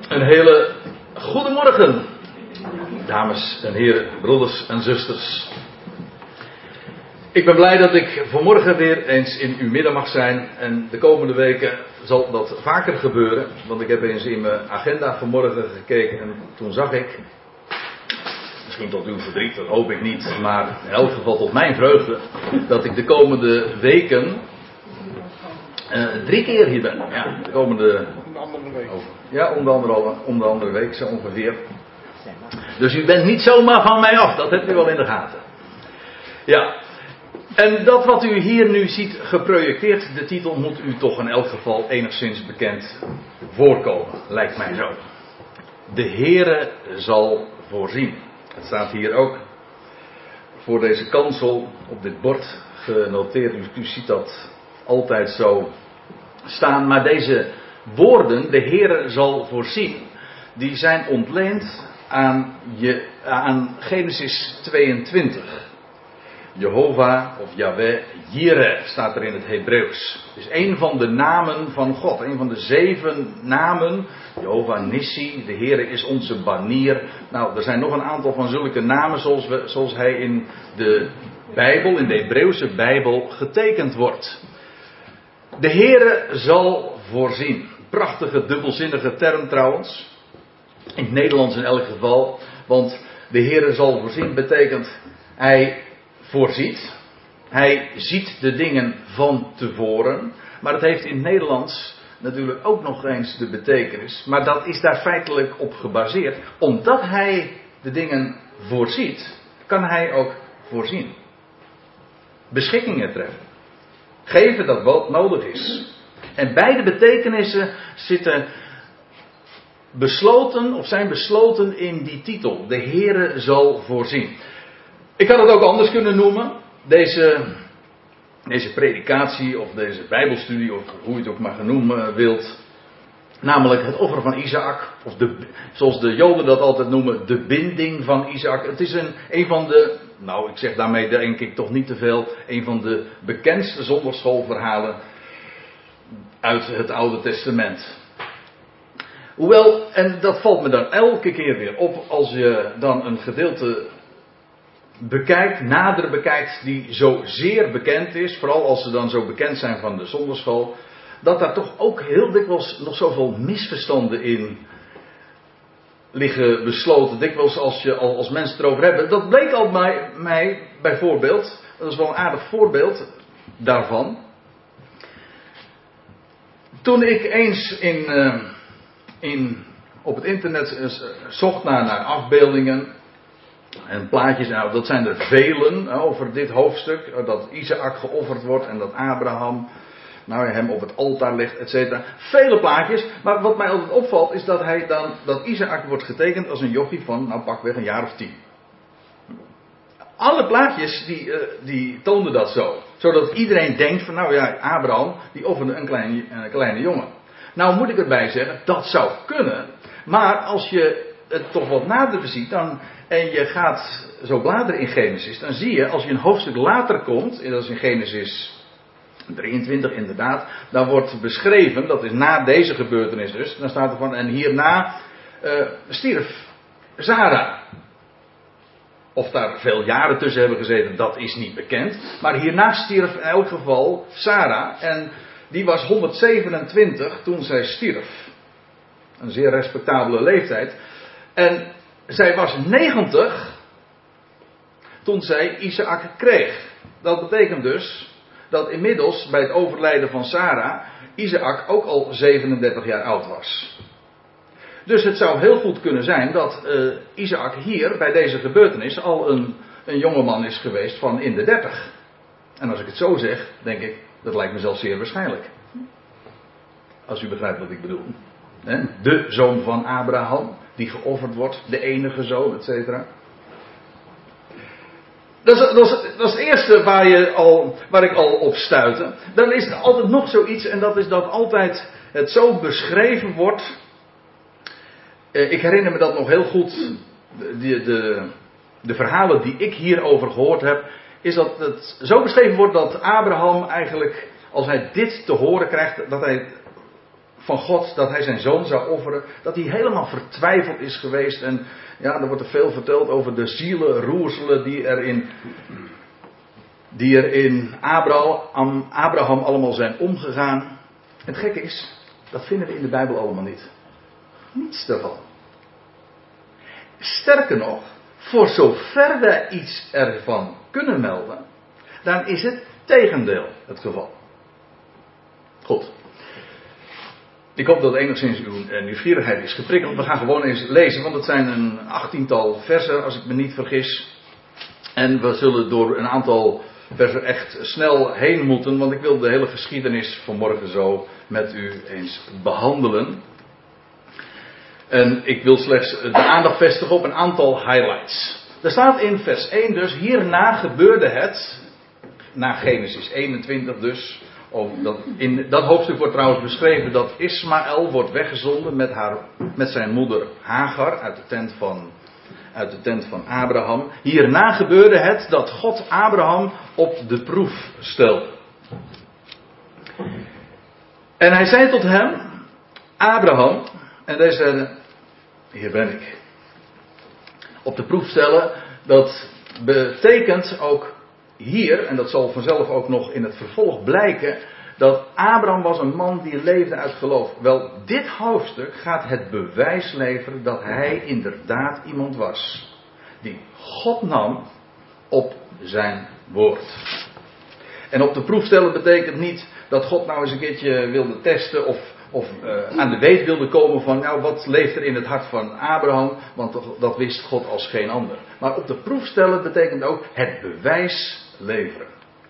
Een hele goede morgen, dames en heren, broeders en zusters. Ik ben blij dat ik vanmorgen weer eens in uw midden mag zijn. En de komende weken zal dat vaker gebeuren. Want ik heb eens in mijn agenda vanmorgen gekeken en toen zag ik, misschien tot uw verdriet, dat hoop ik niet, maar in elk geval tot mijn vreugde, dat ik de komende weken 3 keer hier ben. Ja, de komende... Om de andere week. Ja, om de andere week zo ongeveer. Dus u bent niet zomaar van mij af, dat hebt u wel in de gaten. Ja, en dat wat u hier nu ziet geprojecteerd, de titel moet u toch in elk geval enigszins bekend voorkomen, lijkt mij zo. De Heere zal voorzien. Het staat hier ook voor deze kansel op dit bord genoteerd. U ziet dat altijd zo staan, maar deze woorden, de Heere zal voorzien, die zijn ontleend aan Genesis 22. Jehovah of Yahweh Jireh staat er in het Hebreeuws. Het is een van de namen van God, een van de 7 namen. Jehovah Nissi, de Heere is onze banier. Nou, er zijn nog een aantal van zulke namen zoals hij in de Bijbel, in de Hebreeuwse Bijbel getekend wordt. De Heere zal voorzien. Prachtige dubbelzinnige term trouwens. In het Nederlands in elk geval. Want de Heere zal voorzien betekent hij voorziet. Hij ziet de dingen van tevoren. Maar het heeft in het Nederlands natuurlijk ook nog eens de betekenis. Maar dat is daar feitelijk op gebaseerd. Omdat hij de dingen voorziet, kan hij ook voorzien. Beschikkingen treffen. Geven dat wat nodig is. En beide betekenissen zitten besloten of zijn besloten in die titel. De Heere zal voorzien. Ik had het ook anders kunnen noemen. Deze predikatie of deze bijbelstudie of hoe je het ook maar noemen wilt. Namelijk het offer van Isaac. Of zoals de Joden dat altijd noemen, de binding van Isaac. Het is een van de, nou ik zeg daarmee denk ik toch niet te veel, een van de bekendste zondagschoolverhalen uit het Oude Testament. Hoewel, en dat valt me dan elke keer weer op als je dan een gedeelte bekijkt, nader bekijkt, die zo zeer bekend is, vooral als ze dan zo bekend zijn van de zondagschool, dat daar toch ook heel dikwijls nog zoveel misverstanden in liggen besloten. Dikwijls als mensen het erover hebben. Dat bleek al bij mij bijvoorbeeld, dat is wel een aardig voorbeeld daarvan. Toen ik eens op het internet zocht naar afbeeldingen en plaatjes, nou, dat zijn er velen over dit hoofdstuk, dat Isaac geofferd wordt en dat Abraham hem op het altaar legt, etc. Vele plaatjes, maar wat mij altijd opvalt is dat Isaac wordt getekend als een jochie van, pakweg een jaar of 10. Alle plaatjes die toonden dat zo. Zodat iedereen denkt van, Abraham, die offerde een kleine jongen. Nou moet ik erbij zeggen, dat zou kunnen. Maar als je het toch wat nader ziet en je gaat zo bladeren in Genesis, dan zie je, als je een hoofdstuk later komt, en dat is in Genesis 23 inderdaad, dan wordt beschreven, dat is na deze gebeurtenis dus, dan staat er van, en hierna stierf Sarah. Of daar veel jaren tussen hebben gezeten, dat is niet bekend. Maar hierna stierf in elk geval Sarah. En die was 127 toen zij stierf. Een zeer respectabele leeftijd. En zij was 90 toen zij Isaac kreeg. Dat betekent dus dat inmiddels bij het overlijden van Sarah Isaac ook al 37 jaar oud was. Dus het zou heel goed kunnen zijn dat Isaac hier bij deze gebeurtenis al een jongeman is geweest van in de 30. En als ik het zo zeg, denk ik, dat lijkt me zelfs zeer waarschijnlijk. Als u begrijpt wat ik bedoel. De zoon van Abraham, die geofferd wordt, de enige zoon, et cetera. Dat is het eerste waar ik al op stuitte. Dan is er altijd nog zoiets, en dat is dat altijd het zo beschreven wordt. Ik herinner me dat nog heel goed. De verhalen die ik hierover gehoord heb, is dat het zo beschreven wordt dat Abraham eigenlijk, als hij dit te horen krijgt, dat hij van God dat hij zijn zoon zou offeren, dat hij helemaal vertwijfeld is geweest. En ja, er wordt er veel verteld over de zielenroerselen die er in Abraham allemaal zijn omgegaan. Het gekke is, dat vinden we in de Bijbel allemaal niet. Niets daarvan. Sterker nog, voor zover wij iets ervan kunnen melden, dan is het tegendeel het geval. Goed. Ik hoop dat enigszins uw nieuwsgierigheid is geprikkeld. We gaan gewoon eens lezen, want het zijn een 18-tal versen, als ik me niet vergis. En we zullen door een aantal versen echt snel heen moeten, want ik wil de hele geschiedenis vanmorgen zo met u eens behandelen. En ik wil slechts de aandacht vestigen op een aantal highlights. Er staat in vers 1 dus, hierna gebeurde het, na Genesis 21 dus, in dat hoofdstuk wordt trouwens beschreven dat Ismaël wordt weggezonden met zijn moeder Hagar uit de tent van Abraham. Hierna gebeurde het dat God Abraham op de proef stelde. En hij zei tot hem, Abraham, en deze zei, hier ben ik. Op de proef stellen, dat betekent ook hier, en dat zal vanzelf ook nog in het vervolg blijken, dat Abraham was een man die leefde uit geloof. Wel, dit hoofdstuk gaat het bewijs leveren dat hij inderdaad iemand was die God nam op zijn woord. En op de proef stellen betekent niet dat God nou eens een keertje wilde testen of aan de weet wilde komen van, nou, wat leeft er in het hart van Abraham, want dat wist God als geen ander. Maar op de proef stellen betekent ook het bewijs leveren.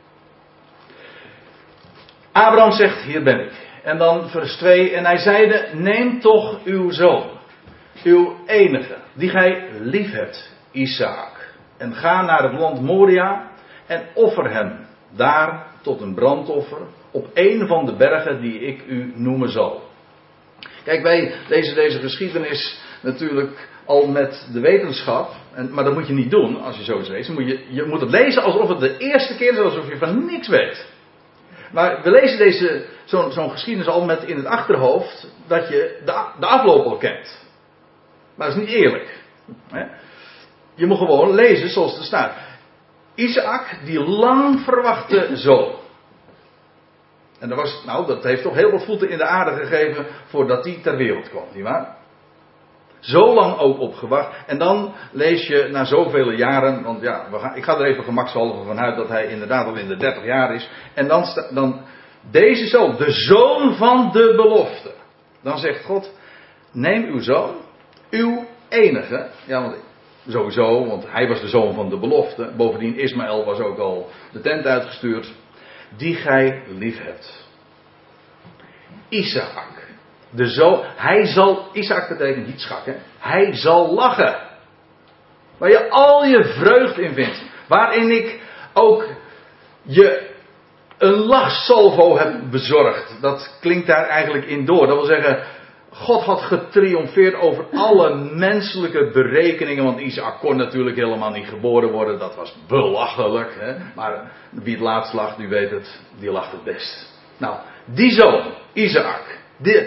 Abraham zegt, hier ben ik. En dan vers 2, en hij zeide, neem toch uw zoon, uw enige, die gij lief hebt, Isaak, en ga naar het land Moria en offer hem daar tot een brandoffer op een van de bergen die ik u noemen zal. Kijk, wij lezen deze geschiedenis natuurlijk al met de wetenschap, maar dat moet je niet doen als je zoiets leest. Je moet het lezen alsof het de eerste keer is, alsof je van niks weet. Maar we lezen zo'n geschiedenis al met in het achterhoofd dat je de afloop al kent. Maar dat is niet eerlijk. Je moet gewoon lezen zoals het staat. Isaac, die lang verwachte zoon. En dat heeft toch heel wat voeten in de aarde gegeven voordat hij ter wereld kwam, nietwaar? Zo lang ook op gewacht. En dan lees je na zoveel jaren, want ja, ik ga er even gemakshalve vanuit dat hij inderdaad al in de 30 jaar is. En dan deze zoon, de zoon van de belofte. Dan zegt God, neem uw zoon, uw enige. Ja, want sowieso, want hij was de zoon van de belofte. Bovendien, Ismaël was ook al de tent uitgestuurd. Die gij lief hebt. Isaak. De zoon, Isaak betekent niet schak, hè. Hij zal lachen. Waar je al je vreugd in vindt. Waarin ik ook je een lachsalvo heb bezorgd. Dat klinkt daar eigenlijk in door. Dat wil zeggen, God had getriomfeerd over alle menselijke berekeningen. Want Isaak kon natuurlijk helemaal niet geboren worden. Dat was belachelijk. Hè? Maar wie het laatst lacht, u weet het, die lacht het best. Nou, die zoon, Isaak.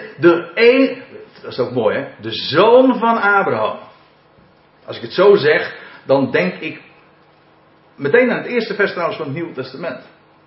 Dat is ook mooi, hè? De zoon van Abraham. Als ik het zo zeg, dan denk ik meteen aan het eerste vers trouwens van het Nieuwe Testament.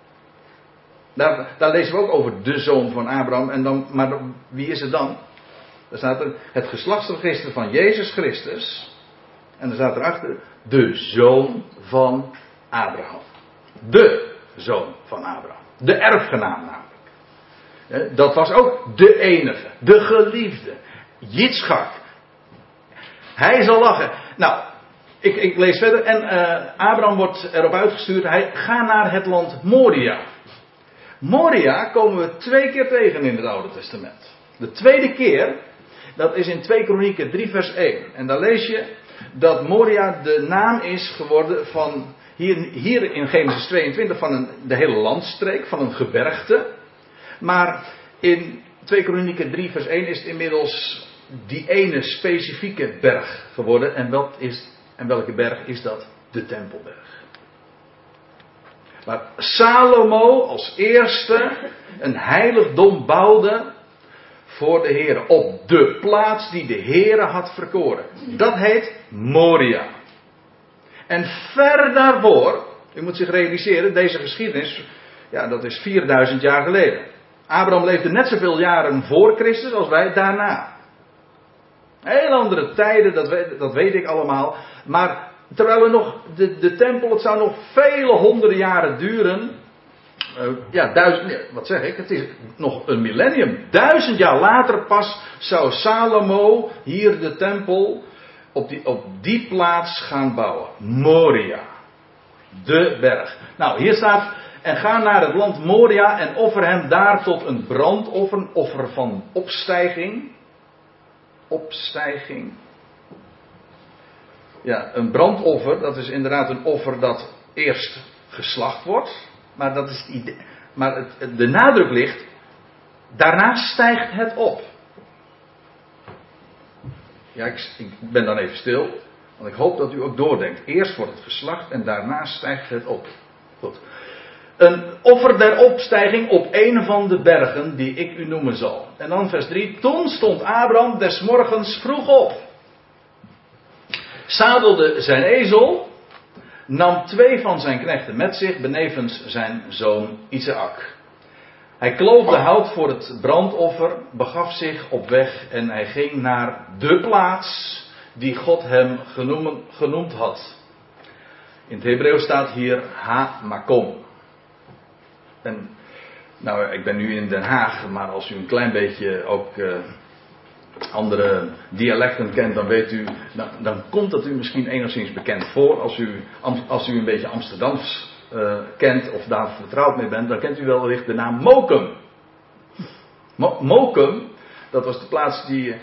Daar lezen we ook over de zoon van Abraham. Maar wie is het dan? Daar staat er het geslachtsregister van Jezus Christus. En er staat erachter de zoon van Abraham. De zoon van Abraham. De erfgenaam namelijk. Dat was ook de enige. De geliefde. Jitschak. Hij zal lachen. Nou, ik lees verder. En Abraham wordt erop uitgestuurd. Hij gaat naar het land Moria. Moria komen we 2 keer tegen in het Oude Testament. De tweede keer, dat is in 2 Kronieken 3 vers 1. En daar lees je dat Moria de naam is geworden van, hier in Genesis 22, van de hele landstreek, van een gebergte. Maar in 2 Kronieken 3 vers 1 is het inmiddels die ene specifieke berg geworden. En welke berg is dat? De Tempelberg. Waar Salomo als eerste een heiligdom bouwde voor de Heere. Op de plaats die de Heere had verkoren. Dat heet Moria. En ver daarvoor, u moet zich realiseren, deze geschiedenis, ja, dat is 4000 jaar geleden. Abraham leefde net zoveel jaren voor Christus als wij daarna. Heel andere tijden, dat weet ik allemaal. Maar terwijl er nog de tempel, het zou nog vele honderden jaren duren. Het is nog een millennium. 1000 jaar later pas zou Salomo hier de tempel op die plaats gaan bouwen. Moria. De berg. Nou, hier staat, en ga naar het land Moria en offer hem daar tot een brandoffer, offer van opstijging. Opstijging. Ja, een brandoffer, dat is inderdaad een offer dat eerst geslacht wordt. Maar dat is het idee. Maar de nadruk ligt, daarna stijgt het op. Ja, ik ben dan even stil, want ik hoop dat u ook doordenkt. Eerst wordt het geslacht en daarna stijgt het op. Goed. Een offer der opstijging op een van de bergen die ik u noemen zal. En dan vers 3. Toen stond Abraham des morgens vroeg op. Zadelde zijn ezel. Nam 2 van zijn knechten met zich benevens zijn zoon Isaac. Hij kloofde hout voor het brandoffer, begaf zich op weg en hij ging naar de plaats die God hem genoemd had. In het Hebreeuws staat hier Ha-Makom. En nou, ik ben nu in Den Haag, maar als u een klein beetje ook andere dialecten kent, dan weet u, dan komt dat u misschien enigszins bekend voor. Als u een beetje Amsterdams kent of daar vertrouwd mee bent, dan kent u wellicht de naam Mokum. Mokum, dat was de plaats die...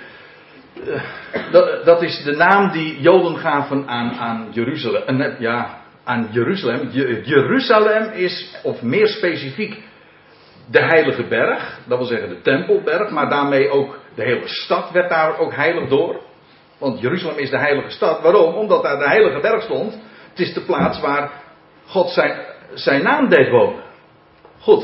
dat is de naam die Joden gaven aan Jeruzalem. Aan Jeruzalem. Jeruzalem is, of meer specifiek, de heilige berg. Dat wil zeggen de tempelberg. Maar daarmee ook de hele stad werd daar ook heilig door. Want Jeruzalem is de heilige stad. Waarom? Omdat daar de heilige berg stond. Het is de plaats waar God zijn naam deed wonen. Goed.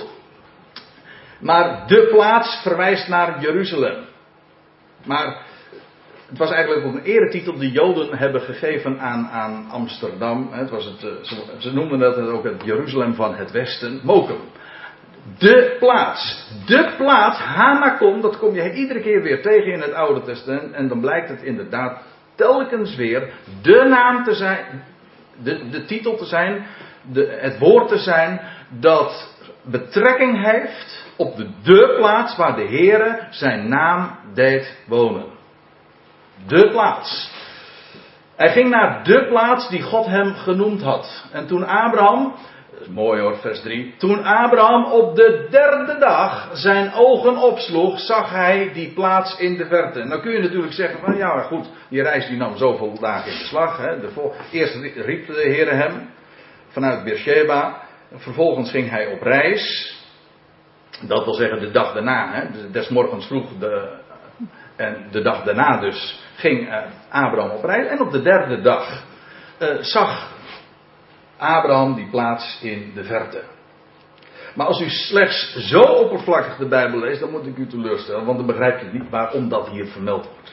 Maar de plaats verwijst naar Jeruzalem. Maar het was eigenlijk ook een eretitel die Joden hebben gegeven aan Amsterdam. Het was ze noemden dat ook het Jeruzalem van het Westen. Mokum. De plaats, Ha-Makom, dat kom je iedere keer weer tegen in het Oude Testament. En dan blijkt het inderdaad telkens weer de naam te zijn, de titel te zijn, het woord te zijn dat betrekking heeft op de plaats waar de Heere zijn naam deed wonen. De plaats. Hij ging naar de plaats die God hem genoemd had. En toen Abraham, dat is mooi hoor, vers 3. Toen Abraham op de 3e dag zijn ogen opsloeg, zag hij die plaats in de verte. En dan kun je natuurlijk zeggen van ja goed, die reis die nam zoveel dagen in beslag. Eerst riep de Heer hem vanuit Beersheba. Vervolgens ging hij op reis. Dat wil zeggen de dag daarna. Des morgens vroeg en de dag daarna dus ging Abraham op reis. En op de 3e dag zag Abraham die plaats in de verte. Maar als u slechts zo oppervlakkig de Bijbel leest, dan moet ik u teleurstellen. Want dan begrijpt u niet waarom dat hier vermeld wordt.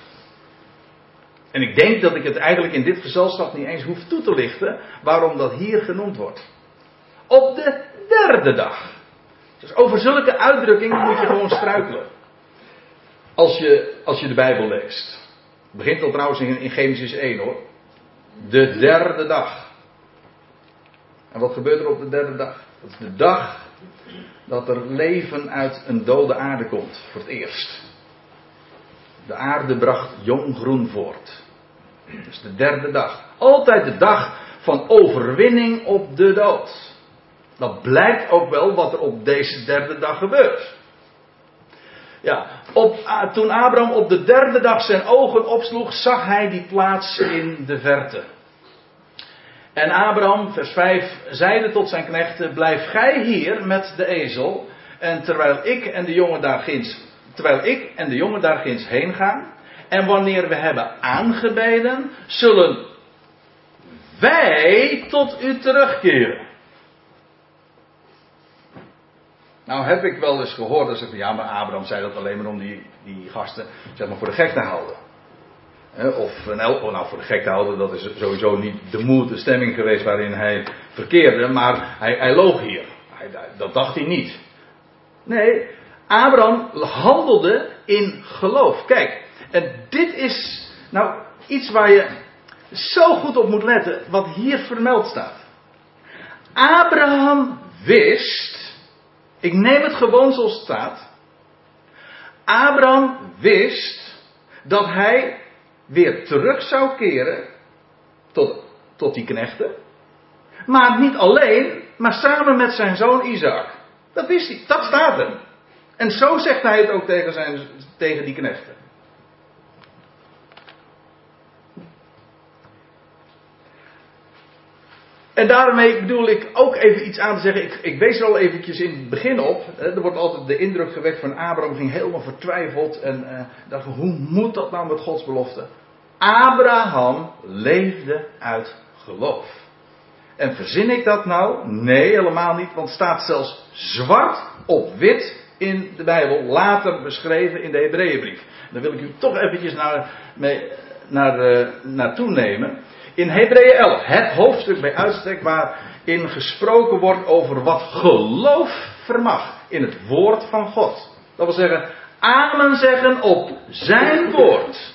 En ik denk dat ik het eigenlijk in dit gezelschap niet eens hoef toe te lichten waarom dat hier genoemd wordt. Op de 3e dag. Dus over zulke uitdrukkingen moet je gewoon struikelen. Als je de Bijbel leest. Het begint al trouwens in Genesis 1 hoor. De 3e dag. En wat gebeurt er op de 3e dag? Dat is de dag dat er leven uit een dode aarde komt. Voor het eerst. De aarde bracht jong groen voort. Dus de 3e dag. Altijd de dag van overwinning op de dood. Dat blijkt ook wel wat er op deze 3e dag gebeurt. Ja, toen Abraham op de 3e dag zijn ogen opsloeg, zag hij die plaats in de verte. En Abraham, vers 5, zeide tot zijn knechten, blijf gij hier met de ezel. En terwijl ik en de jongen daar ginds heen gaan. En wanneer we hebben aangebeden, zullen wij tot u terugkeren. Nou heb ik wel eens gehoord dat ze van ja, maar Abraham zei dat alleen maar om die gasten zeg maar voor de gek te houden. Of voor de gek te houden, dat is sowieso niet de stemming geweest waarin hij verkeerde, maar hij loog hier. Dat dacht hij niet. Nee, Abraham handelde in geloof. Kijk, en dit is nou iets waar je zo goed op moet letten, wat hier vermeld staat. Abraham wist, ik neem het gewoon zoals het staat. Abraham wist dat hij weer terug zou keren tot die knechten. Maar niet alleen, maar samen met zijn zoon Isaac. Dat wist hij, dat staat er. En zo zegt hij het ook tegen die knechten. En daarmee bedoel ik ook even iets aan te zeggen. Ik wees er al eventjes in het begin op. Er wordt altijd de indruk gewekt van Abraham ging helemaal vertwijfeld. En dacht van hoe moet dat nou met Gods belofte? Abraham leefde uit geloof. En verzin ik dat nou? Nee, helemaal niet. Want het staat zelfs zwart op wit in de Bijbel. Later beschreven in de Hebreeënbrief. Daar wil ik u toch eventjes naartoe nemen. In Hebreeën 11, het hoofdstuk bij uitstek waarin gesproken wordt over wat geloof vermag in het woord van God. Dat wil zeggen, amen zeggen op zijn woord.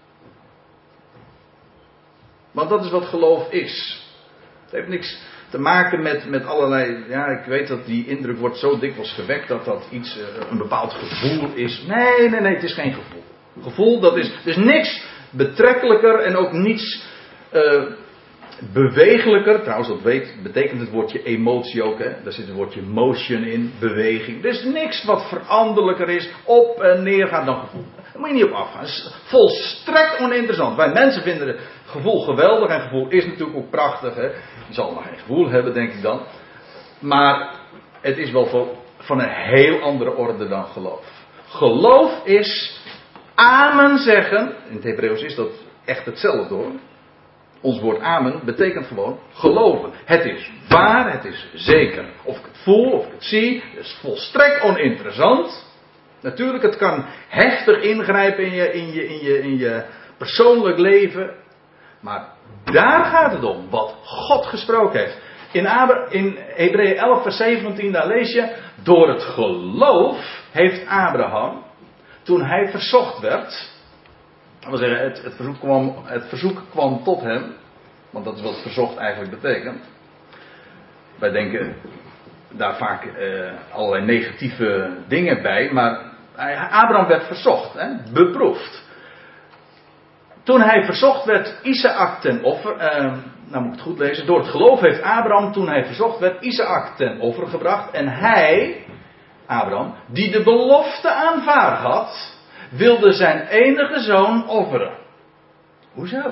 Want dat is wat geloof is. Het heeft niks te maken met allerlei, ja ik weet dat die indruk wordt zo dikwijls gewekt dat iets, een bepaald gevoel is. Nee, het is geen gevoel. Gevoel, dat is niks betrekkelijker en ook niets bewegelijker. Trouwens, betekent het woordje emotie ook. Hè? Daar zit het woordje motion in, beweging. Er is niks wat veranderlijker is, op en neer gaat dan gevoel. Daar moet je niet op afgaan. Het is volstrekt oninteressant. Wij mensen vinden het gevoel geweldig. En gevoel is natuurlijk ook prachtig. Hè? Je zal maar geen gevoel hebben, denk ik dan. Maar het is wel van een heel andere orde dan geloof. Geloof is amen zeggen. In het Hebreeuws is dat echt hetzelfde hoor. Ons woord amen betekent gewoon geloven. Het is waar, het is zeker. Of ik het voel, of ik het zie, het is volstrekt oninteressant. Natuurlijk, het kan heftig ingrijpen in je persoonlijk leven. Maar daar gaat het om, wat God gesproken heeft. In Hebreeën 11 vers 17, daar lees je, door het geloof heeft Abraham, toen hij verzocht werd. Dat wil zeggen, het verzoek kwam tot hem. Want dat is wat verzocht eigenlijk betekent. Wij denken daar vaak allerlei negatieve dingen bij. Maar Abraham werd verzocht. Beproefd. Toen hij verzocht werd Isaac ten offer. Nou moet ik het goed lezen. Door het geloof heeft Abraham toen hij verzocht werd Isaac ten offer gebracht. En hij, Abraham, die de belofte aanvaard had, wilde zijn enige zoon offeren. Hoezo?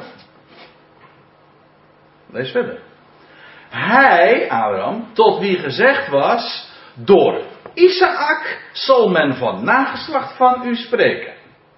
Lees verder. Hij, Abraham, tot wie gezegd was, door Isaac zal men van nageslacht van u spreken.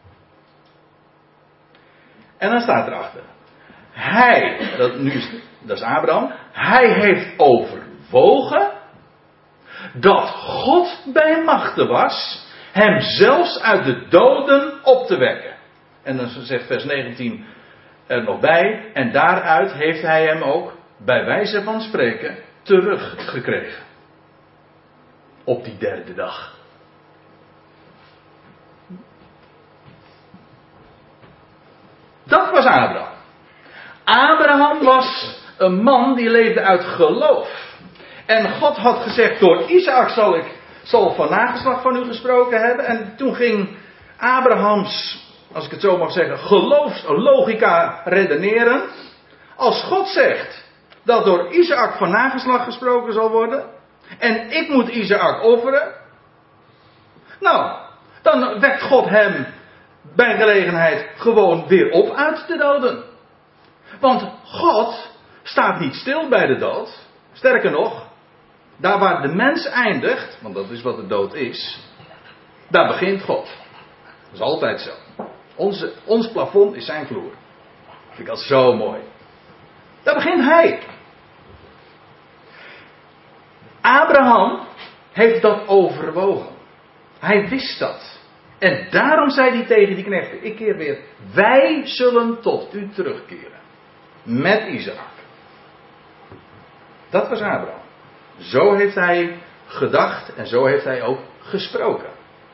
En dan staat erachter. Hij, dat is Abraham, hij heeft overwogen dat God bij machte was hem zelfs uit de doden op te wekken. En dan zegt vers 19 er nog bij. En daaruit heeft hij hem ook, bij wijze van spreken, teruggekregen. Op die derde dag. Dat was Abraham. Abraham was een man die leefde uit geloof. En God had gezegd, door Isaac zal van nageslacht van u gesproken hebben. En toen ging Abrahams, als ik het zo mag zeggen, geloofslogica redeneren. Als God zegt dat door Isaac van nageslacht gesproken zal worden. En ik moet Isaac offeren. Nou, dan wekt God hem bij gelegenheid gewoon weer op uit de doden. Want God staat niet stil bij de dood. Sterker nog, daar waar de mens eindigt, want dat is wat de dood is, daar begint God. Dat is altijd zo. Ons plafond is zijn vloer. Vind ik dat zo mooi. Daar begint hij. Abraham heeft dat overwogen. Hij wist dat. En daarom zei hij tegen die knechten, ik keer weer, wij zullen tot u terugkeren. Met Isaac. Dat was Abraham. Zo heeft hij gedacht en zo heeft hij ook gesproken.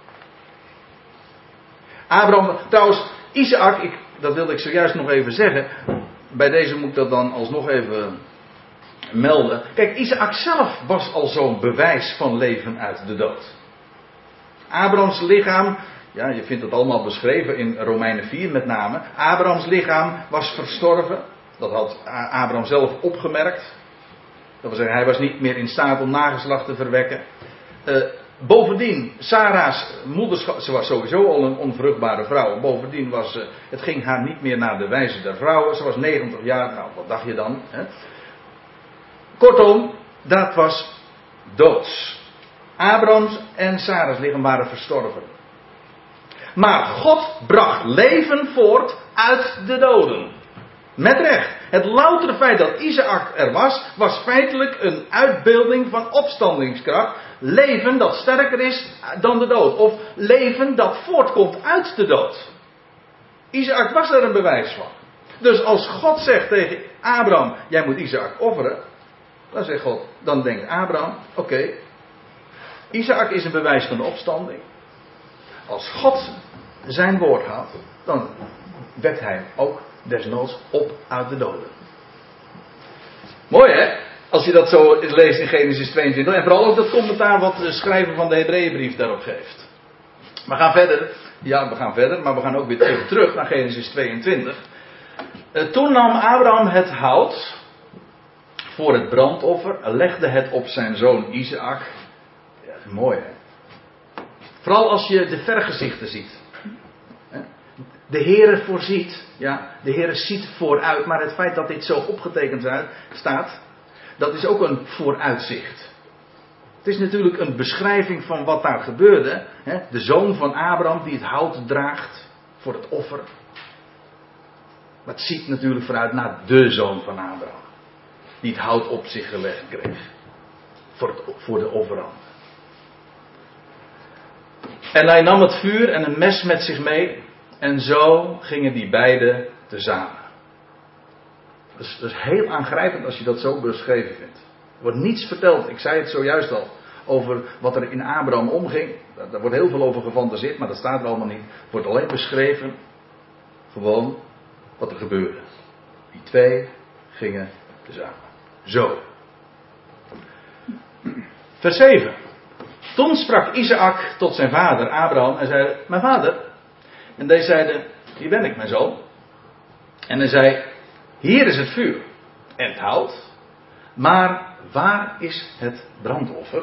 Abraham, trouwens, Isaac, dat wilde ik zojuist nog even zeggen. Bij deze moet ik dat dan alsnog even melden. Kijk, Isaac zelf was al zo'n bewijs van leven uit de dood. Abrahams lichaam, ja, je vindt het allemaal beschreven in Romeinen 4 met name. Abrahams lichaam was verstorven. Dat had Abraham zelf opgemerkt. Dat wil zeggen, hij was niet meer in staat om nageslacht te verwekken. Bovendien, Sarah's moederschap, ze was sowieso al een onvruchtbare vrouw. Bovendien het ging haar niet meer naar de wijze der vrouwen. Ze was 90 jaar, nou wat dacht je dan? Hè? Kortom, dat was doods. Abrahams en Sarah's lichaam waren verstorven. Maar God bracht leven voort uit de doden. Met recht. Het loutere feit dat Isaac er was feitelijk een uitbeelding van opstandingskracht. Leven dat sterker is dan de dood. Of leven dat voortkomt uit de dood. Isaac was er een bewijs van. Dus als God zegt tegen Abraham, jij moet Isaac offeren. Dan zegt God, dan denkt Abraham, oké. Isaac is een bewijs van de opstanding. Als God zijn woord had, dan wekt hij ook desnoods op uit de doden. Mooi hè? Als je dat zo leest in Genesis 22. En vooral ook dat commentaar wat de schrijver van de Hebreeënbrief daarop geeft. We gaan verder. Ja, we gaan verder. Maar we gaan ook weer even terug naar Genesis 22. Toen nam Abraham het hout voor het brandoffer. Legde het op zijn zoon Isaac. Ja, dat is mooi hè? Vooral als je de vergezichten ziet. De Heere voorziet, ja, de Heere ziet vooruit, maar het feit dat dit zo opgetekend staat, dat is ook een vooruitzicht. Het is natuurlijk een beschrijving van wat daar gebeurde. Hè? De zoon van Abraham die het hout draagt voor het offer. Maar het ziet natuurlijk vooruit naar de zoon van Abraham. Die het hout op zich gelegd kreeg. Voor de offerande. En hij nam het vuur en een mes met zich mee. En zo gingen die beiden tezamen. Dat is heel aangrijpend als je dat zo beschreven vindt. Er wordt niets verteld, ik zei het zojuist al, over wat er in Abraham omging. Daar wordt heel veel over gefantaseerd, maar dat staat er allemaal niet. Het wordt alleen beschreven, gewoon, wat er gebeurde. Die twee gingen tezamen. Zo. Vers 7. Toen sprak Isaac tot zijn vader Abraham en zei, mijn vader. En deze zeiden, hier ben ik mijn zoon. En hij zei, hier is het vuur en het hout. Maar waar is het brandoffer?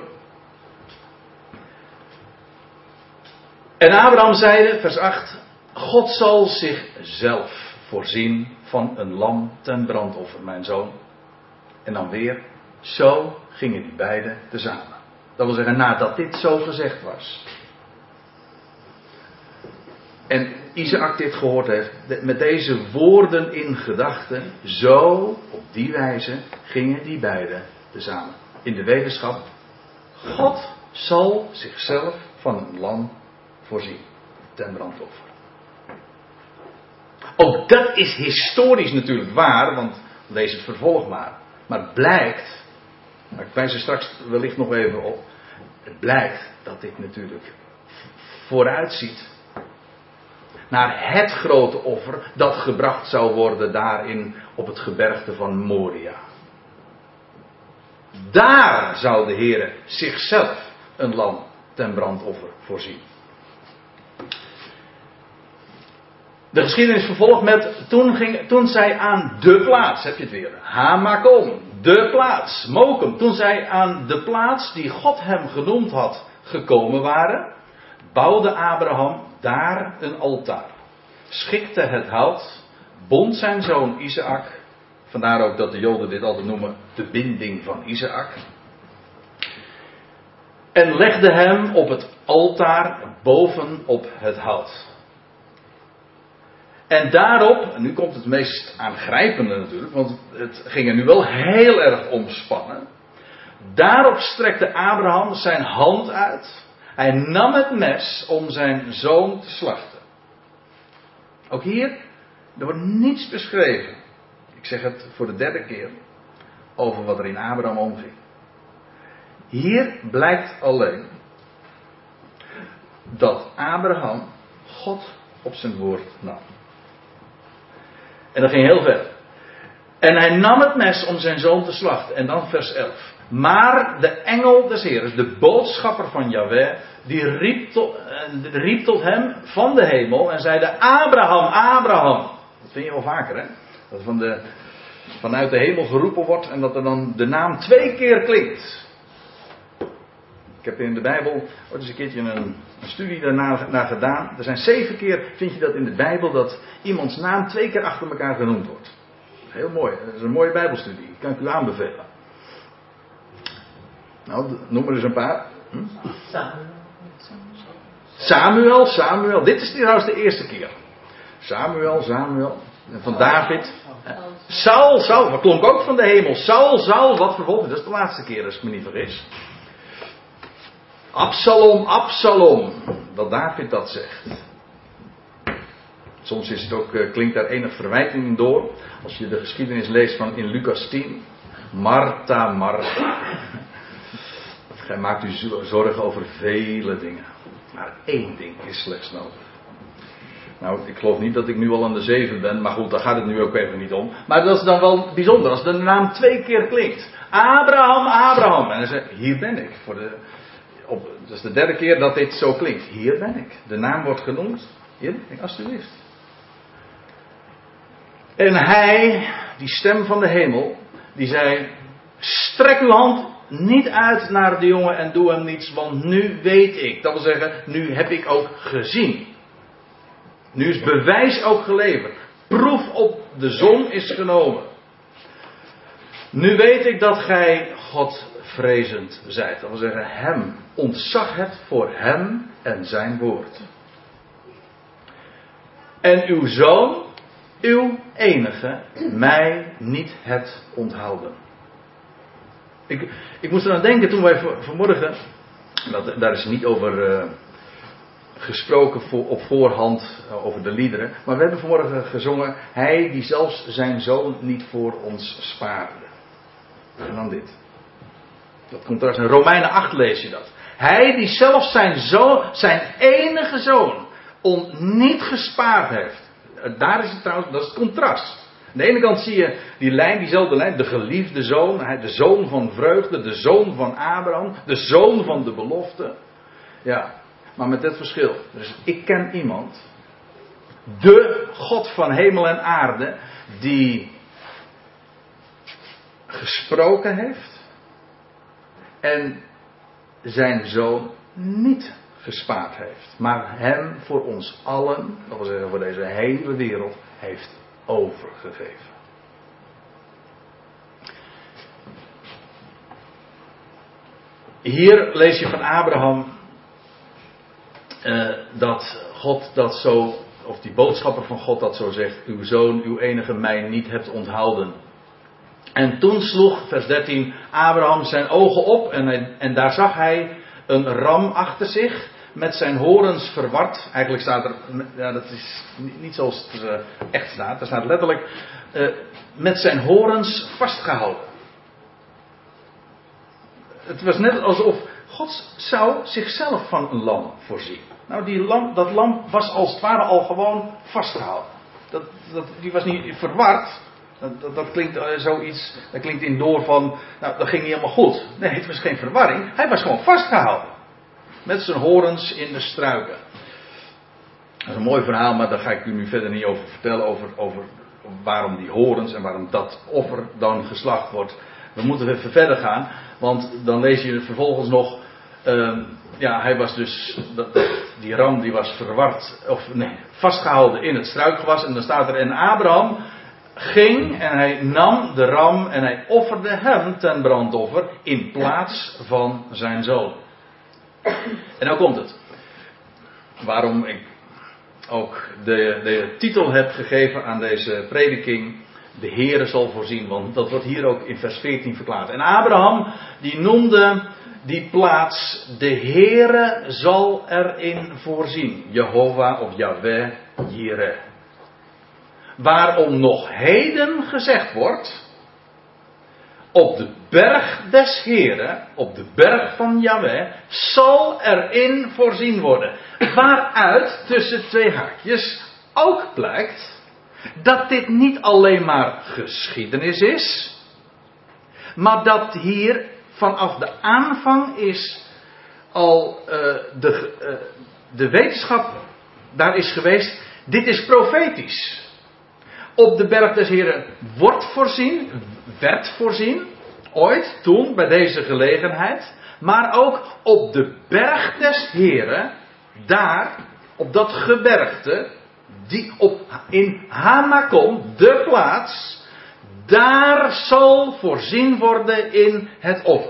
En Abraham zeide, vers 8, God zal zichzelf voorzien van een lam ten brandoffer, mijn zoon. En dan weer, zo gingen die beiden tezamen. Dat wil zeggen, nadat dit zo gezegd was. En Isaac dit gehoord heeft, met deze woorden in gedachten, zo, op die wijze, gingen die beiden tezamen. In de wetenschap, God zal zichzelf van een lam voorzien, ten brandoffer. Ook dat is historisch natuurlijk waar, want lees het vervolg maar. Maar het blijkt, ik wijs er straks wellicht nog even op, het blijkt dat dit natuurlijk vooruitziet naar het grote offer dat gebracht zou worden daarin op het gebergte van Moria. Daar zou de Heere zichzelf een lam ten brandoffer voorzien. De geschiedenis vervolgt met, toen zij aan de plaats, heb je het weer, Hamakom, de plaats, Mokum, toen zij aan de plaats die God hem genoemd had gekomen waren, bouwde Abraham daar een altaar, schikte het hout, bond zijn zoon Isaac, vandaar ook dat de Joden dit altijd noemen, de binding van Isaac, en legde hem op het altaar bovenop het hout. En daarop, en nu komt het meest aangrijpende natuurlijk, want het ging er nu wel heel erg omspannen. Daarop strekte Abraham zijn hand uit. Hij nam het mes om zijn zoon te slachten. Ook hier, er wordt niets beschreven. Ik zeg het voor de derde keer. Over wat er in Abraham omging. Hier blijkt alleen dat Abraham God op zijn woord nam. En dat ging heel ver. En hij nam het mes om zijn zoon te slachten. En dan vers 11. Maar de engel des Heeres, de boodschapper van Jahweh, die riep tot hem van de hemel en zeide: Abraham, Abraham. Dat vind je wel vaker, hè? Dat vanuit de hemel geroepen wordt en dat er dan de naam 2 keer klinkt. Ik heb in de Bijbel ooit eens een keertje een studie daarna gedaan. Er zijn 7 keer, vind je dat in de Bijbel, dat iemands naam 2 keer achter elkaar genoemd wordt. Dat is heel mooi. Dat is een mooie Bijbelstudie. Die kan ik u aanbevelen. Nou, noem er eens een paar. Samuel. Dit is trouwens de eerste keer. Samuel. Van David. Saul. Dat klonk ook van de hemel. Saul. Wat vervolgens? Dat is de laatste keer, als ik me niet vergis. Absalom. Dat David dat zegt. Soms is het ook, klinkt daar enig verwijting in door. Als je de geschiedenis leest van in Lucas 10. Martha. Gij maakt u zorgen over vele dingen. Maar 1 ding is slechts nodig. Nou, ik geloof niet dat ik nu al aan de 7 ben. Maar goed, daar gaat het nu ook even niet om. Maar dat is dan wel bijzonder. Als de naam 2 keer klinkt. Abraham. En dan zegt: hier ben ik. Dat is de derde keer dat dit zo klinkt. Hier ben ik. De naam wordt genoemd. Hier ben ik, alsjeblieft. En hij, die stem van de hemel, die zei: strek uw hand niet uit naar de jongen en doe hem niets, want nu weet ik. Dat wil zeggen, nu heb ik ook gezien. Nu is bewijs ook geleverd. Proef op de zon is genomen. Nu weet ik dat gij Godvrezend zijt. Dat wil zeggen, hem ontzag het voor hem en zijn woord. En uw zoon, uw enige, mij niet het onthouden. Ik moest eraan denken toen wij vanmorgen, daar is niet over gesproken op voorhand over de liederen, maar we hebben vanmorgen gezongen: hij die zelfs zijn zoon niet voor ons spaarde. En dan dit. Dat komt trouwens in Romeinen 8 lees je dat. Hij die zelfs zijn enige zoon niet gespaard heeft. Daar is het trouwens, dat is het contrast. Aan de ene kant zie je diezelfde lijn, de geliefde zoon, de zoon van vreugde, de zoon van Abraham, de zoon van de belofte. Ja, maar met dit verschil. Dus ik ken iemand, de God van hemel en aarde, die gesproken heeft en zijn zoon niet gespaard heeft, maar hem voor ons allen, dat wil zeggen voor deze hele wereld, heeft overgegeven. Hier lees je van Abraham dat God dat zo, of die boodschapper van God dat zo zegt: uw zoon, uw enige, mij niet hebt onthouden. En toen sloeg, vers 13, Abraham zijn ogen op en daar zag hij een ram achter zich met zijn horens verward. Eigenlijk staat er, ja, dat is niet zoals het echt staat. Er staat letterlijk met zijn horens vastgehouden. Het was net alsof God zou zichzelf van een lam voorzien. Nou, dat lam was als het ware al gewoon vastgehouden. Die was niet verward. Dat klinkt zoiets, dat klinkt in door van, nou, dat ging niet helemaal goed. Nee, het was geen verwarring. Hij was gewoon vastgehouden. Met zijn horens in de struiken. Dat is een mooi verhaal, maar daar ga ik u nu verder niet over vertellen. Over waarom die horens en waarom dat offer dan geslacht wordt. We moeten even verder gaan. Want dan lees je vervolgens nog. Hij was dus. Die ram die was vastgehouden in het struikgewas. En dan staat er: en Abraham ging en hij nam de ram en hij offerde hem ten brandoffer in plaats van zijn zoon. En nou komt het. Waarom ik ook de titel heb gegeven aan deze prediking: De Heere zal voorzien, want dat wordt hier ook in vers 14 verklaard. En Abraham, die noemde die plaats, de Heere zal erin voorzien. Jehovah of Yahweh Jireh. Waarom nog heden gezegd wordt, op de berg des Heren, op de berg van Yahweh, zal erin voorzien worden. Waaruit, tussen twee haakjes, ook blijkt dat dit niet alleen maar geschiedenis is, maar dat hier vanaf de aanvang is al de wetenschap daar is geweest. Dit is profetisch. Op de berg des Heren wordt voorzien, werd voorzien, ooit, toen, bij deze gelegenheid, maar ook op de berg des Heren, daar, op dat gebergte, in Hamakom, de plaats, daar zal voorzien worden in het offer.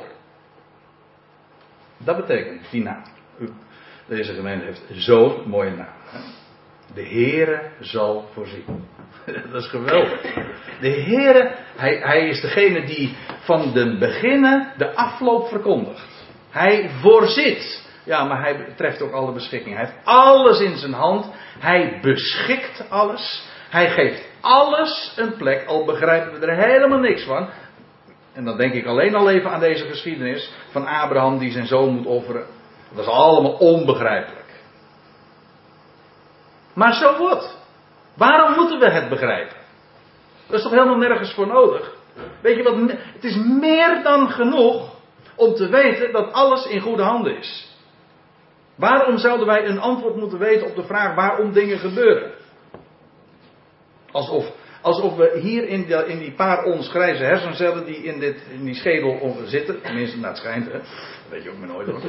Dat betekent die naam. Deze gemeente heeft zo'n mooie naam. Hè? De Heere zal voorzien. Dat is geweldig. De Heere, hij is degene die van de beginnen de afloop verkondigt. Hij voorziet. Ja, maar hij treft ook alle beschikking. Hij heeft alles in zijn hand. Hij beschikt alles. Hij geeft alles een plek. Al begrijpen we er helemaal niks van. En dan denk ik alleen al even aan deze geschiedenis van Abraham die zijn zoon moet offeren. Dat is allemaal onbegrijpelijk. Maar zo wordt. Waarom moeten we het begrijpen? Dat is toch helemaal nergens voor nodig? Weet je wat? Het is meer dan genoeg om te weten dat alles in goede handen is. Waarom zouden wij een antwoord moeten weten op de vraag waarom dingen gebeuren? Alsof we hier in die paar ons grijze hersencellen die in die schedel zitten. Tenminste, het schijnt, hè. Dat weet je ook maar nooit hoor.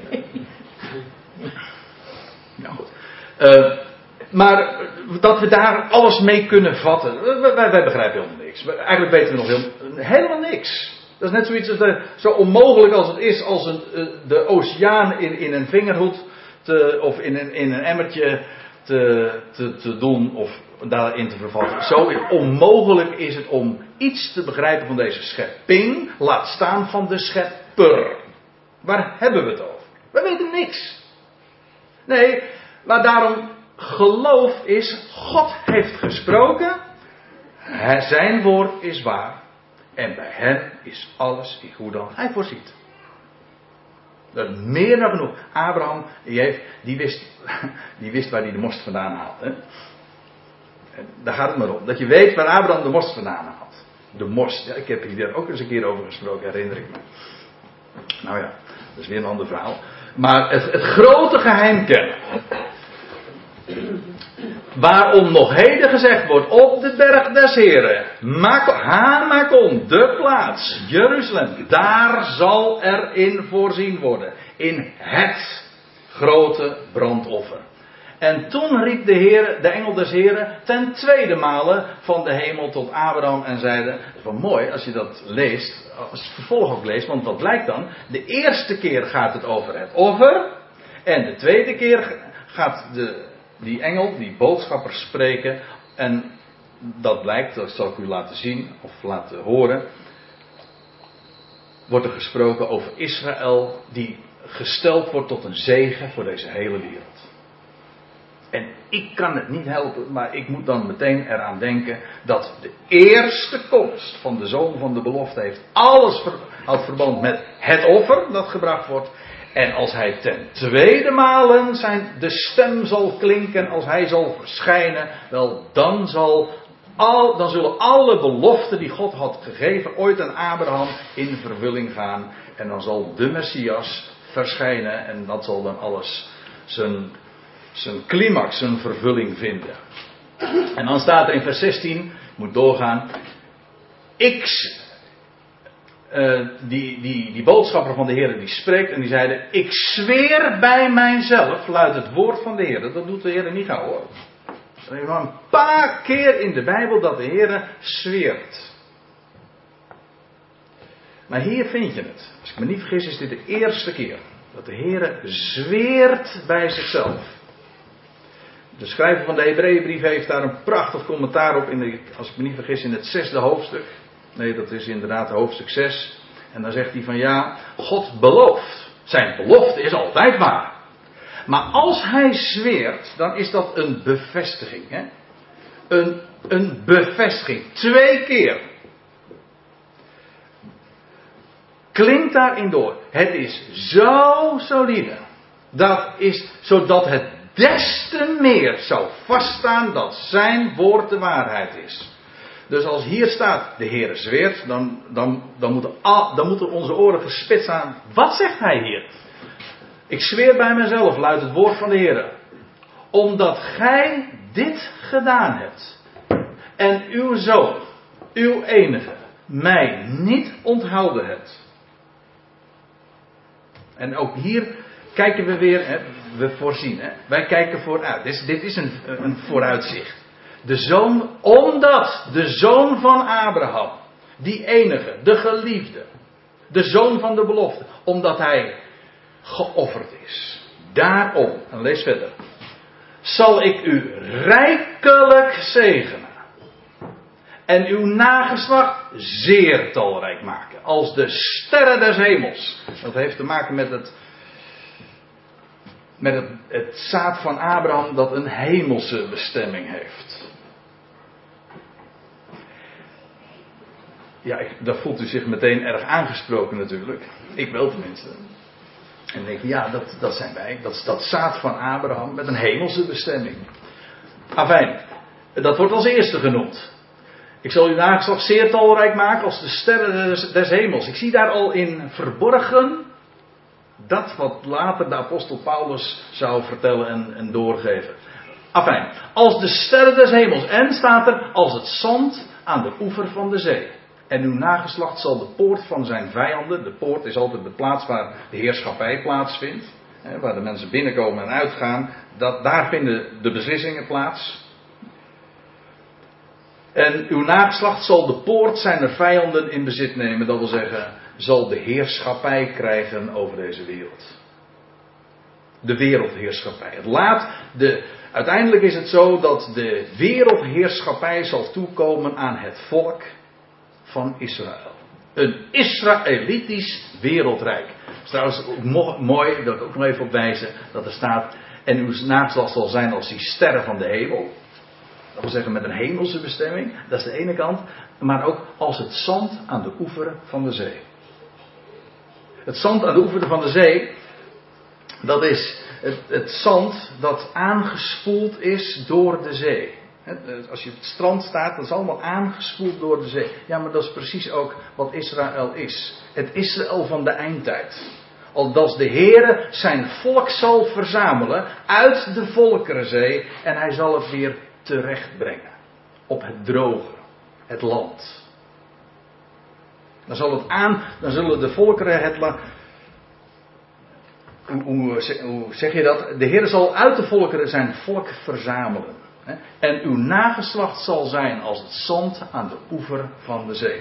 Ja, goed. Maar dat we daar alles mee kunnen vatten. Wij begrijpen helemaal niks. Eigenlijk weten we nog helemaal niks. Dat is net zoiets als zo onmogelijk als het is als de oceaan in een vingerhoed of in een emmertje te doen of daarin te vervatten. Zo onmogelijk is het om iets te begrijpen van deze schepping, laat staan van de schepper. Waar hebben we het over? We weten niks. Nee, maar daarom geloof is, God heeft gesproken, zijn woord is waar en bij hem is alles in goede hand. Hij voorziet. Dat is meer dan genoeg. Abraham, die wist waar hij de most vandaan haalt. Hè? En daar gaat het maar om. Dat je weet waar Abraham de most vandaan haalt. De most. Ja, ik heb hier ook eens een keer over gesproken, herinner ik me. Nou ja, dat is weer een ander verhaal. Maar het grote geheim kennen. Waarom nog heden gezegd wordt, op de berg des Heren, Hamakom, de plaats, Jeruzalem, daar zal er in voorzien worden. In het grote brandoffer. En toen riep de engel des Heren ten tweede male van de hemel tot Abraham en zeide, dat is wel mooi als je dat leest, als je het vervolg ook leest, want wat blijkt dan? De eerste keer gaat het over het offer en de tweede keer gaat die engel, die boodschapper spreken en dat blijkt, dat zal ik u laten zien of laten horen, wordt er gesproken over Israël die gesteld wordt tot een zegen voor deze hele wereld. En ik kan het niet helpen, maar ik moet dan meteen eraan denken dat de eerste komst van de zoon van de belofte heeft alles houdt verband met het offer dat gebracht wordt. En als hij ten tweede malen de stem zal klinken, als hij zal verschijnen, wel dan zullen alle beloften die God had gegeven ooit aan Abraham in vervulling gaan. En dan zal de Messias verschijnen en dat zal dan alles zijn climax, zijn vervulling vinden. En dan staat er in vers 16, ik moet doorgaan, die boodschapper van de Heer die spreekt en die zeide, ik zweer bij mijzelf, luidt het woord van de Heer. Dat doet de Heer niet gauw hoor. Er is maar een paar keer in de Bijbel dat de Heer zweert. Maar hier vind je het. Als ik me niet vergis is dit de eerste keer dat de Heer zweert bij zichzelf. De schrijver van de Hebreeënbrief heeft daar een prachtig commentaar op, als ik me niet vergis, in het 6e hoofdstuk. Nee, dat is inderdaad hoofdstuk 6. En dan zegt hij van ja, God belooft. Zijn belofte is altijd waar. Maar als hij zweert, dan is dat een bevestiging. Hè? Een bevestiging. 2 keer. Klinkt daarin door. Het is zo solide. Dat is zodat het des te meer zou vaststaan dat zijn woord de waarheid is. Dus als hier staat, de Heere zweert, dan moeten onze oren gespitst staan. Wat zegt hij hier? Ik zweer bij mezelf, luidt het woord van de Heere. Omdat gij dit gedaan hebt. En uw zoon, uw enige, mij niet onthouden hebt. En ook hier kijken we weer, hè, we voorzien. Hè, wij kijken vooruit. Dit is een vooruitzicht. Omdat de zoon van Abraham, die enige, de geliefde, de zoon van de belofte, omdat hij geofferd is. Daarom, en lees verder, zal ik u rijkelijk zegenen. En uw nageslacht zeer talrijk maken. Als de sterren des hemels. Dat heeft te maken met het zaad van Abraham dat een hemelse bestemming heeft. Ja, daar voelt u zich meteen erg aangesproken natuurlijk. Ik wel tenminste. En dan denk je, ja, dat zijn wij. Dat is dat zaad van Abraham met een hemelse bestemming. Afijn, dat wordt als eerste genoemd. Ik zal uw nageslacht zeer talrijk maken als de sterren des hemels. Ik zie daar al in verborgen dat wat later de apostel Paulus zou vertellen en doorgeven. Afijn, als de sterren des hemels. En staat er als het zand aan de oever van de zee. En uw nageslacht zal de poort van zijn vijanden. De poort is altijd de plaats waar de heerschappij plaatsvindt. Waar de mensen binnenkomen en uitgaan. Daar vinden de beslissingen plaats. En uw nageslacht zal de poort zijner vijanden in bezit nemen. Dat wil zeggen, zal de heerschappij krijgen over deze wereld. De wereldheerschappij. Uiteindelijk is het zo dat de wereldheerschappij zal toekomen aan het volk van Israël. Een Israëlitisch wereldrijk. Het is trouwens ook mooi, dat ik ook nog even op wijzen, dat er staat, en uw nageslacht zal zijn als die sterren van de hemel. Dat wil zeggen met een hemelse bestemming, dat is de ene kant, maar ook als het zand aan de oever van de zee. Het zand aan de oever van de zee, dat is het zand dat aangespoeld is door de zee. Als je op het strand staat, dat is allemaal aangespoeld door de zee. Ja, maar dat is precies ook wat Israël is. Het Israël van de eindtijd. Als de Heere zijn volk zal verzamelen uit de volkerenzee en hij zal het weer terechtbrengen. Op het droge, het land. Dan zullen de volkeren hoe zeg je dat? De Heer zal uit de volkeren zijn volk verzamelen. En uw nageslacht zal zijn als het zand aan de oever van de zee.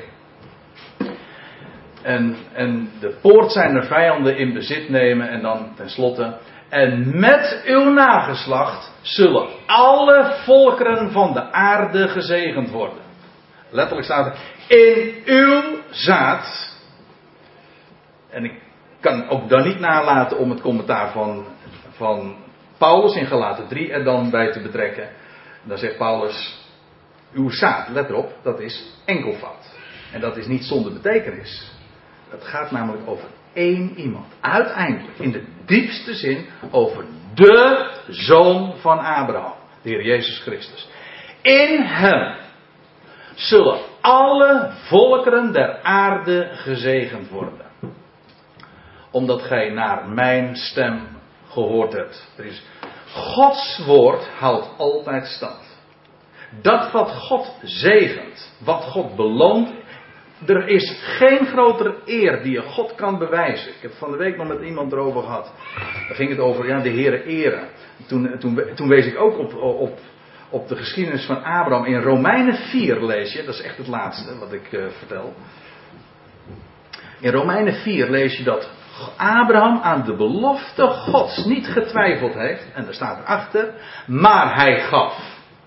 En de poort zijner vijanden in bezit nemen. En dan tenslotte. En met uw nageslacht zullen alle volkeren van de aarde gezegend worden. Letterlijk staat er. In uw zaad. En ik kan ook dan niet nalaten om het commentaar van Paulus in Galaten 3 er dan bij te betrekken. Dan zegt Paulus, uw zaad, let erop, dat is enkelvoud. En dat is niet zonder betekenis. Het gaat namelijk over één iemand. Uiteindelijk, in de diepste zin, over de Zoon van Abraham. De Heer Jezus Christus. In hem zullen alle volkeren der aarde gezegend worden. Omdat gij naar mijn stem gehoord hebt. Gods woord houdt altijd stand. Dat wat God zegent, wat God beloont, er is geen grotere eer die je God kan bewijzen. Ik heb van de week nog met iemand erover gehad. Daar ging het over de Heere eren. Toen wees ik ook op de geschiedenis van Abraham. In Romeinen 4 lees je, dat is echt het laatste wat ik vertel. In Romeinen 4 lees je dat Abraham aan de belofte Gods niet getwijfeld heeft. En daar staat erachter. Maar hij gaf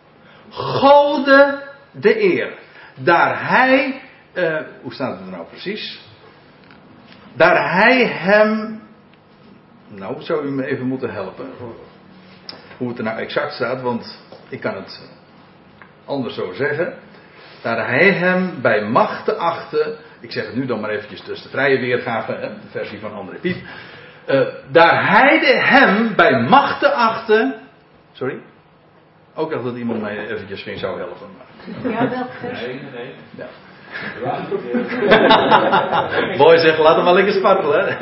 Gode de eer. Daar hij... hoe staat het er nou precies? Daar hij hem... Nou, zou u me even moeten helpen. Hoe het er nou exact staat. Want ik kan het anders zo zeggen. Daar hij hem bij machte achtte. Ik zeg het nu dan maar eventjes tussen de vrije weergave. De versie van André Piet. Daar hij hem bij machte achtte. Sorry? Ook dacht dat iemand mij eventjes geen zou helpen. Maar... Ja, welk vers? Nee. Ja. Mooi zeg, laat hem maar lekker spartelen.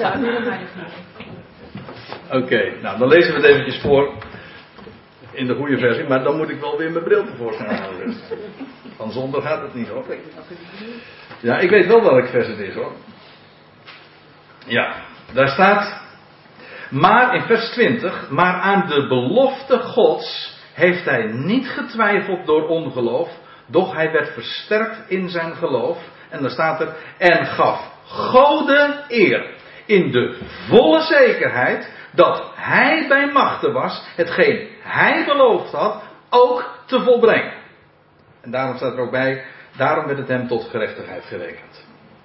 Oké, nou dan lezen we het eventjes voor. In de goede versie, maar dan moet ik wel weer mijn bril tevoorschijn halen. Van zonder gaat het niet hoor. Ja, ik weet wel welk vers het is hoor. Ja, daar staat. Maar in vers 20. Maar aan de belofte Gods heeft hij niet getwijfeld door ongeloof. Doch hij werd versterkt in zijn geloof. En dan staat er. En gaf Gode eer. In de volle zekerheid dat hij bij machte was. Hetgeen hij beloofd had ook te volbrengen. En daarom staat er ook bij. Daarom werd het hem tot gerechtigheid gerekend.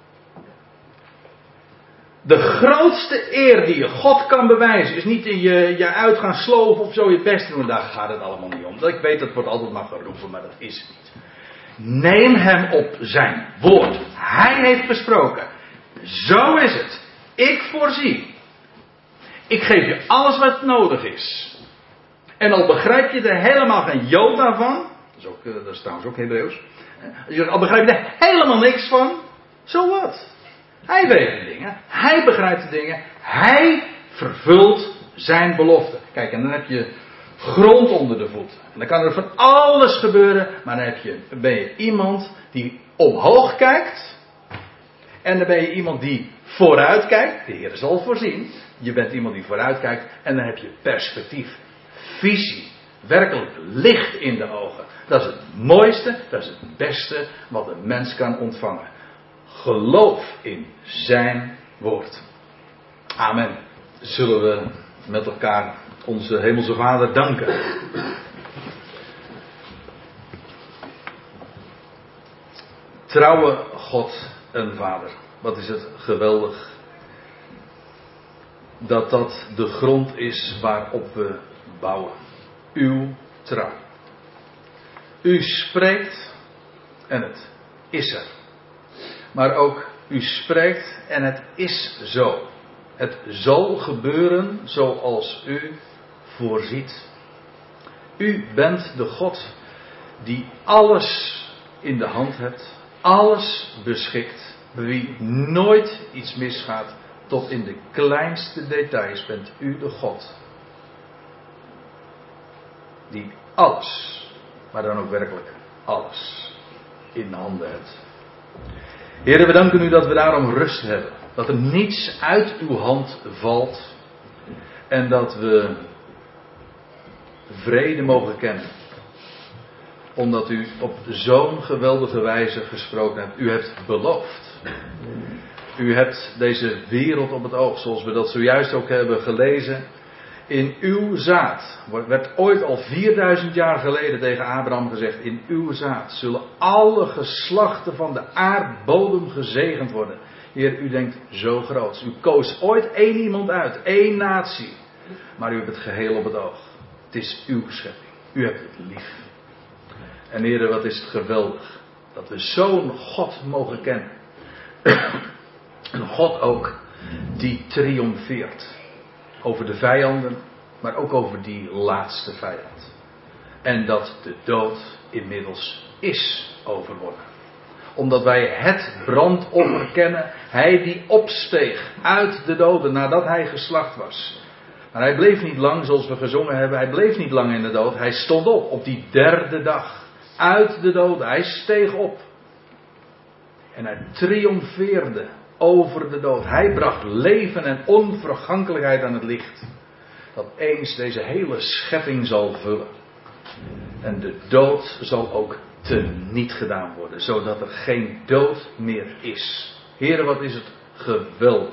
De grootste eer die je God kan bewijzen is niet in je uit gaan sloven of zo je best doen. Daar gaat het allemaal niet om. Ik weet dat wordt altijd maar geroepen, maar dat is het niet. Neem hem op zijn woord. Hij heeft besproken. Zo is het. Ik voorzie. Ik geef je alles wat nodig is. En al begrijp je er helemaal geen jota van. Dat is trouwens ook Hebreeuws. Al begrijp je er helemaal niks van. Zo wat. Hij weet de dingen. Hij begrijpt de dingen. Hij vervult zijn belofte. Kijk, en dan heb je grond onder de voet. En dan kan er van alles gebeuren. Maar dan ben je iemand die omhoog kijkt. En dan ben je iemand die vooruit kijkt. De Heer zal voorzien. Je bent iemand die vooruit kijkt. En dan heb je perspectief. Visie. Werkelijk licht in de ogen. Dat is het mooiste. Dat is het beste wat een mens kan ontvangen. Geloof in zijn woord. Amen. Zullen we met elkaar onze hemelse Vader danken. Trouwe God en Vader. Wat is het geweldig. Dat de grond is waarop we bouwen. Uw trouw. U spreekt en het is er. Maar ook u spreekt en het is zo. Het zal gebeuren zoals u voorziet. U bent de God die alles in de hand hebt. Alles beschikt. Bij wie nooit iets misgaat. Tot in de kleinste details bent u de God. Die alles, maar dan ook werkelijk alles, in handen hebt. Heere, we danken u dat we daarom rust hebben. Dat er niets uit uw hand valt. En dat we vrede mogen kennen. Omdat u op zo'n geweldige wijze gesproken hebt. U hebt beloofd. U hebt deze wereld op het oog. Zoals we dat zojuist ook hebben gelezen. In uw zaad. Werd ooit al 4000 jaar geleden tegen Abraham gezegd. In uw zaad zullen alle geslachten van de aardbodem gezegend worden. Heer, u denkt zo groot. U koos ooit één iemand uit. Één natie. Maar u hebt het geheel op het oog. Het is uw schepping. U hebt het lief. En Heer, wat is het geweldig. Dat we zo'n God mogen kennen. Een God ook die triomfeert. Over de vijanden, maar ook over die laatste vijand. En dat de dood inmiddels is overwonnen. Omdat wij het brandoffer kennen. Hij die opsteeg uit de doden nadat hij geslacht was. Maar hij bleef niet lang, zoals we gezongen hebben. Hij bleef niet lang in de dood. Hij stond op die derde dag. Uit de doden. Hij steeg op. En hij triomfeerde over de dood. Hij bracht leven en onvergankelijkheid aan het licht. Dat eens deze hele schepping zal vullen. En de dood zal ook teniet gedaan worden. Zodat er geen dood meer is. Heere, wat is het geweldig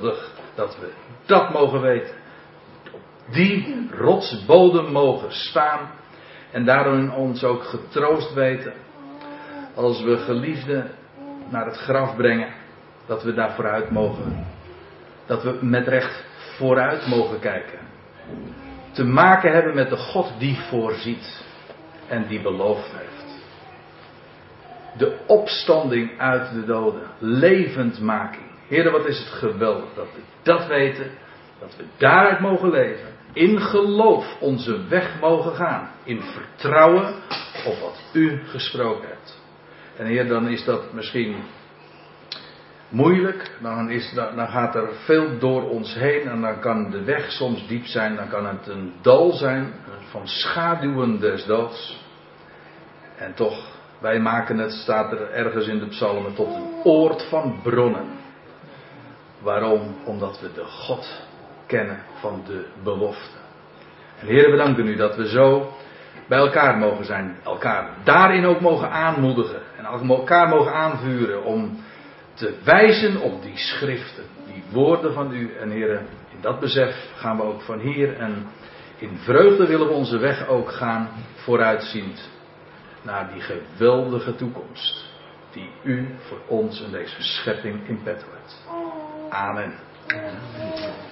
Dat we dat mogen weten. Op die rotsbodem mogen staan. En daarom ons ook getroost weten. Als we geliefden naar het graf brengen. Dat we daar vooruit mogen. Dat we met recht vooruit mogen kijken. Te maken hebben met de God die voorziet. En die beloofd heeft. De opstanding uit de doden. Levendmaking. Heren, wat is het geweldig dat we dat weten. Dat we daaruit mogen leven. In geloof onze weg mogen gaan. In vertrouwen op wat u gesproken hebt. En Heer, dan is dat misschien moeilijk. Dan gaat er veel door ons heen. En dan kan de weg soms diep zijn. Dan kan het een dal zijn. Van schaduwen des doods. En toch, wij maken het, staat er ergens in de psalmen, tot een oord van bronnen. Waarom? Omdat we de God kennen van de belofte. En Heer, we danken u dat we zo bij elkaar mogen zijn. Elkaar daarin ook mogen aanmoedigen. En elkaar mogen aanvuren om te wijzen op die schriften. Die woorden van u. En Heer, in dat besef gaan we ook van hier. En in vreugde willen we onze weg ook gaan vooruitziend. Naar die geweldige toekomst. Die u voor ons in deze schepping in petto hebt. Amen.